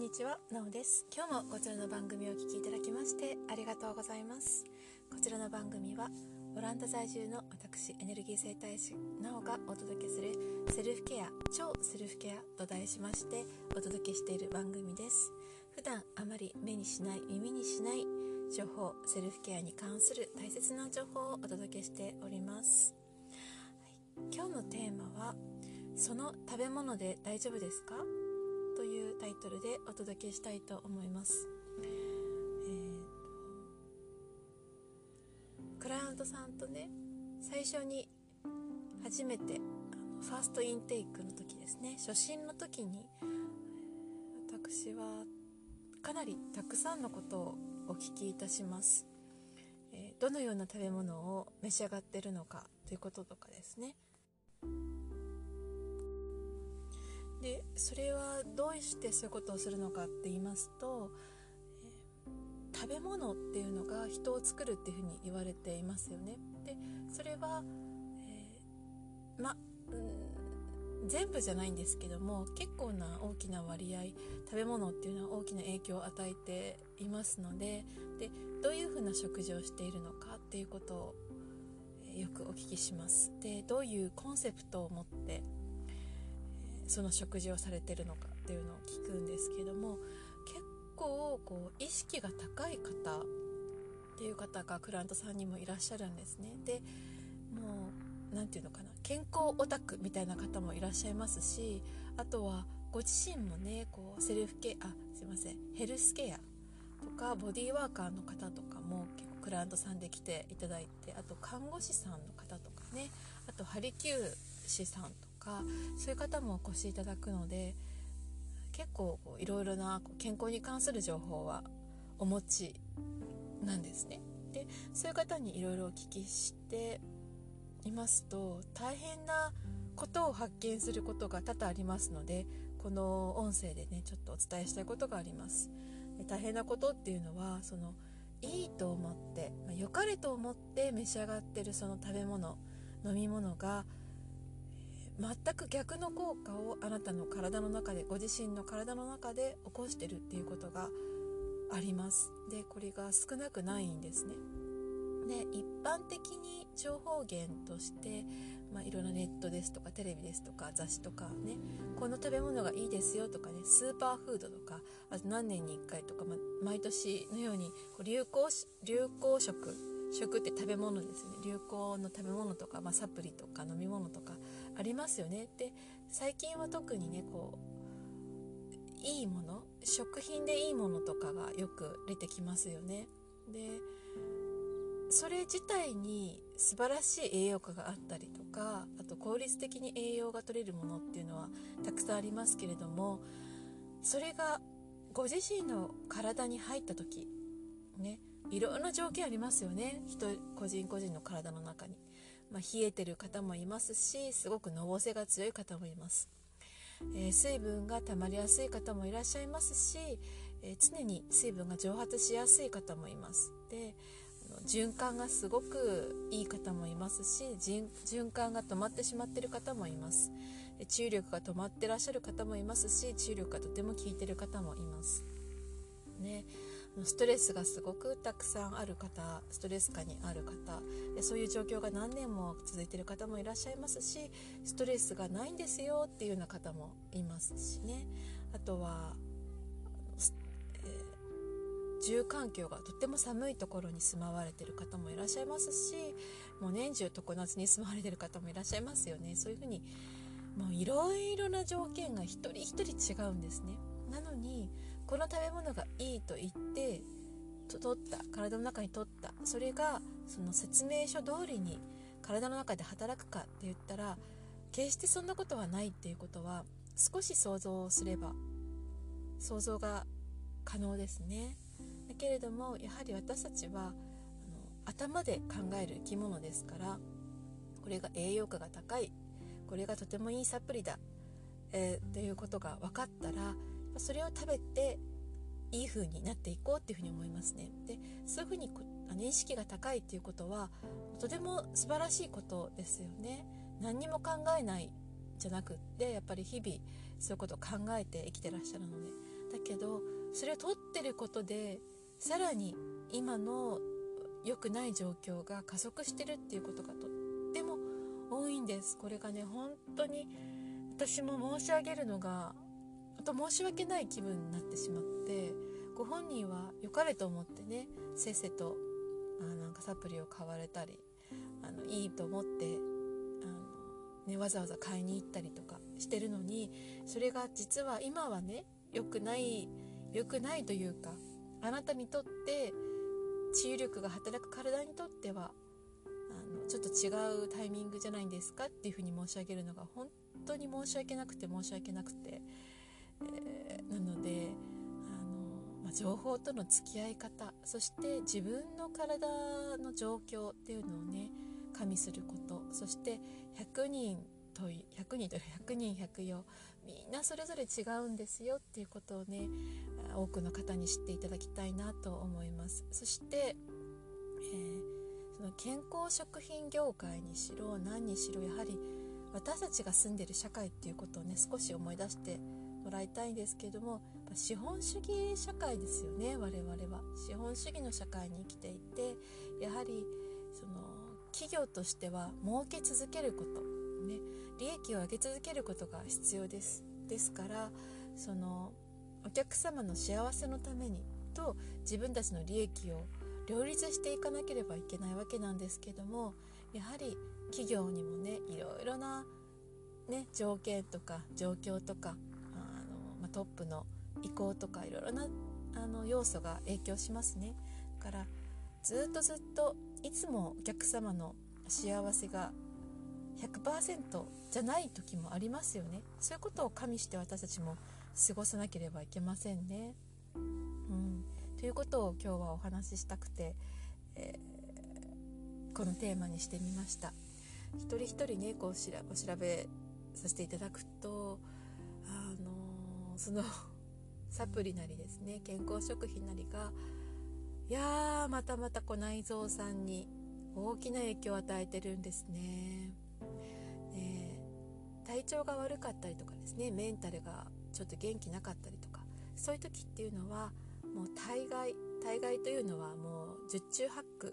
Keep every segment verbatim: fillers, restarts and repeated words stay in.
にちは、なおです。今日もこちらの番組をお聞きいただきましてありがとうございます。こちらの番組はオランダ在住の私エネルギー生態師なおがお届けするセルフケア、超セルフケアと題しましてお届けしている番組です。普段あまり目にしない、耳にしない情報、セルフケアに関する大切な情報をお届けしております。はい、今日のテーマはその食べ物で大丈夫ですかというタイトルでお届けしたいと思います。えー、クライアントさんとね、最初に初めてあのファーストインテイクの時ですね、初診の時に私はかなりたくさんのことをお聞きいたします。えー、どのような食べ物を召し上がっているのかということとかですね。でそれはどうしてそういうことをするのかって言いますと、えー、食べ物っていうのが人を作るっていうふうに言われていますよね。でそれは、えー、ま、うん、全部じゃないんですけども、結構な大きな割合食べ物っていうのは大きな影響を与えていますので、でどういうふうな食事をしているのかっていうことを、えー、よくお聞きします。でどういうコンセプトを持ってその食事をされてるのかっていうのを聞くんですけども、結構こう意識が高い方っていう方がクライアントさんにもいらっしゃるんですね。でもうなんていうのかな、健康オタクみたいな方もいらっしゃいますし、あとはご自身もねこうセルフケア、すいませんヘルスケアとかボディーワーカーの方とかも結構クライアントさんで来ていただいて、あと看護師さんの方とかね、あと鍼灸師さんとかそういう方もお越しいただくので、結構いろいろな健康に関する情報はお持ちなんですね。でそういう方にいろいろお聞きしていますと、大変なことを発見することが多々ありますので、この音声でねちょっとお伝えしたいことがあります。で大変なことっていうのは、そのいいと思って、まあ、良かれと思って召し上がってるその食べ物、飲み物が全く逆の効果をあなたの体の中で、ご自身の体の中で起こしてるっていうことがあります。でこれが少なくないんですね。で一般的に情報源として、まあ、いろんなネットですとかテレビですとか雑誌とかね、この食べ物がいいですよとかね、スーパーフードとか、あと何年にいっかいとか、まあ、毎年のようにこう流行流行食食って食べ物ですね、流行の食べ物とか、まあ、サプリとか飲み物とかありますよね。で最近は特にねこういいもの、食品でいいものとかがよく出てきますよね。でそれ自体に素晴らしい栄養価があったりとか、あと効率的に栄養が取れるものっていうのはたくさんありますけれども、それがご自身の体に入った時ね、いろんな条件ありますよね。人個人個人の体の中に、まあ、冷えてる方もいますし、すごくのぼせが強い方もいます。えー、水分が溜まりやすい方もいらっしゃいますし、えー、常に水分が蒸発しやすい方もいます。で循環がすごくいい方もいますし、循環が止まってしまっている方もいます。注意力が止まってらっしゃる方もいますし、注意力がとても効いている方もいますね。ストレスがすごくたくさんある方、ストレス下にある方で、そういう状況が何年も続いている方もいらっしゃいますし、ストレスがないんですよっていうような方もいますしね。あとは、えー住環境がとても寒いところに住まわれている方もいらっしゃいますし、もう年中常夏に住まわれている方もいらっしゃいますよね。そういうふうにもういろいろな条件が一人一人違うんですね。なのにこの食べ物がいいと言って取った体の中に取った、それがその説明書通りに体の中で働くかって言ったら、決してそんなことはないっていうことは少し想像すれば想像が可能ですね。だけれどもやはり私たちはあの頭で考える生き物ですから、これが栄養価が高い、これがとてもいいサプリだ、えー、っていうことが分かったら、それを食べていい風になっていこうっていうふうに思いますね。でそういうふうにあの意識が高いっていうことはとても素晴らしいことですよね。何にも考えないじゃなくって、やっぱり日々そういうことを考えて生きてらっしゃるので、 だけどそれを取ってることでさらに今の良くない状況が加速してるっていうことがとっても多いんです。これがね本当に私も申し上げるのがあと申し訳ない気分になってしまって、ご本人は良かれと思ってねせっせとあなんかサプリを買われたりあのいいと思ってあの、ね、わざわざ買いに行ったりとかしてるのに、それが実は今はね良くない良くないというか、あなたにとって治癒力が働く体にとってはあのちょっと違うタイミングじゃないんですかっていうふうに申し上げるのが本当に申し訳なくて申し訳なくて、えー、なのであの、まあ、情報との付き合い方、そして自分の体の状況っていうのをね加味すること、そしてひゃくにんとひゃくにんとひゃくにんひゃくよみんなそれぞれ違うんですよっていうことをね多くの方に知っていただきたいなと思います。そして、えー、その健康食品業界にしろ何にしろやはり私たちが住んでる社会っていうことをね少し思い出してもらいたいんですけれども、資本主義社会ですよね。我々は資本主義の社会に生きていて、やはりその企業としては儲け続けること、ね、利益を上げ続けることが必要です。ですからそのお客様の幸せのためにと自分たちの利益を両立していかなければいけないわけなんですけども、やはり企業にもねいろいろな、ね、条件とか状況とかあの、まあ、トップの意向とかいろいろなあの要素が影響しますね。だからずっとずっといつもお客様の幸せが ひゃくパーセント じゃない時もありますよね。そういうことを加味して私たちも過ごさなければいけませんね、うん、ということを今日はお話ししたくて、えー、このテーマにしてみました。一人一人ねこうしらお調べさせていただくと、あのー、そのサプリなりですね健康食品なりがいやーまたまたこう内臓さんに大きな影響を与えてるんですね。ね体調が悪かったりとかですね、メンタルがちょっと元気なかったりとか、そういう時っていうのはもう大概大概というのはもう十中八九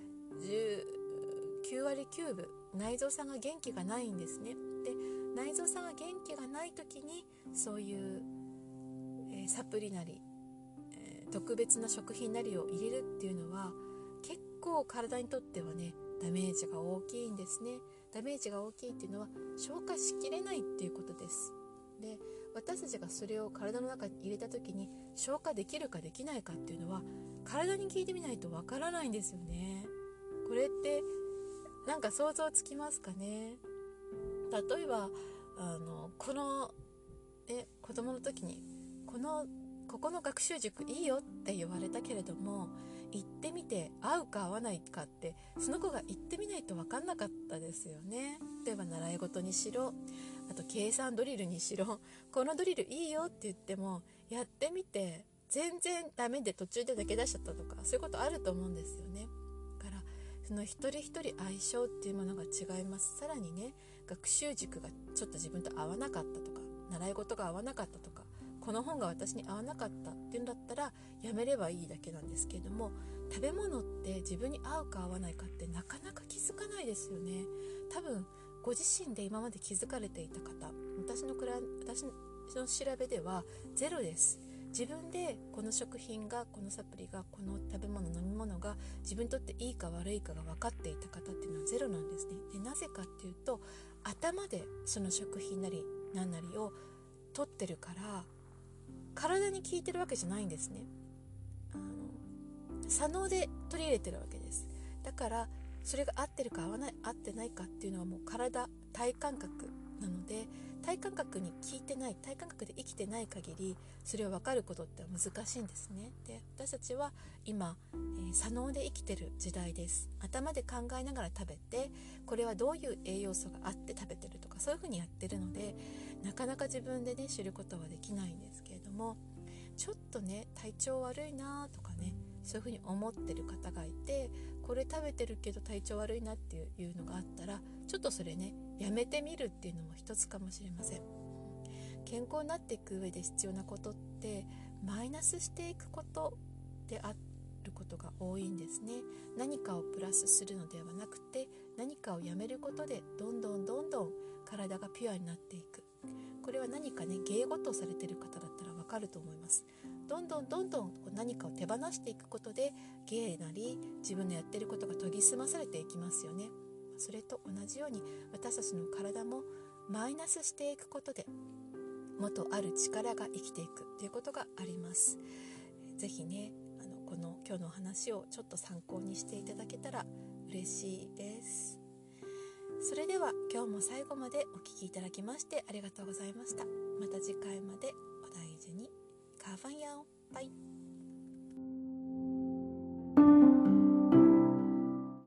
きゅうわりきゅうぶ内臓さんが元気がないんですね。で内臓さんが元気がない時にそういう、えー、サプリなり、えー、特別な食品なりを入れるっていうのは結構体にとってはねダメージが大きいんですね。ダメージが大きいっていうのは消化しきれないっていうことです。で私たちがそれを体の中に入れた時に消化できるかできないかっていうのは体に聞いてみないとわからないんですよね。これってなんか想像つきますかね。例えばあのこのえ子供の時にこのここの学習塾いいよって言われたけれども行ってみて合うか合わないかってその子が行ってみないと分かんなかったですよね。例えば習い事にしろ、あと計算ドリルにしろ、このドリルいいよって言ってもやってみて全然ダメで途中で抜け出しちゃったとかそういうことあると思うんですよね。だからその一人一人相性っていうものが違います。さらにね学習塾がちょっと自分と合わなかったとか習い事が合わなかったとかこの本が私に合わなかったっていうんだったらやめればいいだけなんですけれども、食べ物って自分に合うか合わないかってなかなか気づかないですよね。多分ご自身で今まで気づかれていた方、私のくら私の調べではゼロです。自分でこの食品がこのサプリがこの食べ物飲み物が自分にとっていいか悪いかが分かっていた方っていうのはゼロなんですね。でなぜかっていうと頭でその食品なり何なりを取ってるから体に効いてるわけじゃないんですね。あの左脳で取り入れてるわけです。だからそれが合ってるか合わない合ってないかっていうのはもう体体感覚なので、体感覚に効いてない体感覚で生きてない限りそれを分かることって難しいんですね。で私たちは今、えー、左脳で生きてる時代です。頭で考えながら食べてこれはどういう栄養素があって食べてるとかそういうふうにやってるのでなかなか自分でね知ることはできないんですけれども、ちょっとね体調悪いなとかねそういうふうに思ってる方がいてこれ食べてるけど体調悪いなっていうのがあったらちょっとそれねやめてみるっていうのも一つかもしれません。健康になっていく上で必要なことってマイナスしていくことであることが多いんですね。何かをプラスするのではなくて、何かをやめることでどんどんどんどん体がピュアになっていく。これは何かね、芸事をされている方だったらわかると思います。どんどんどんどん何かを手放していくことで、芸なり自分のやっていることが研ぎ澄まされていきますよね。それと同じように、私たちの体もマイナスしていくことで元ある力が生きていくということがあります。ぜひね、あのこの今日のお話をちょっと参考にしていただけたら嬉しいです。それでは今日も最後までお聞きいただきましてありがとうございました。また次回までお大事に。カーファンヤオバイ。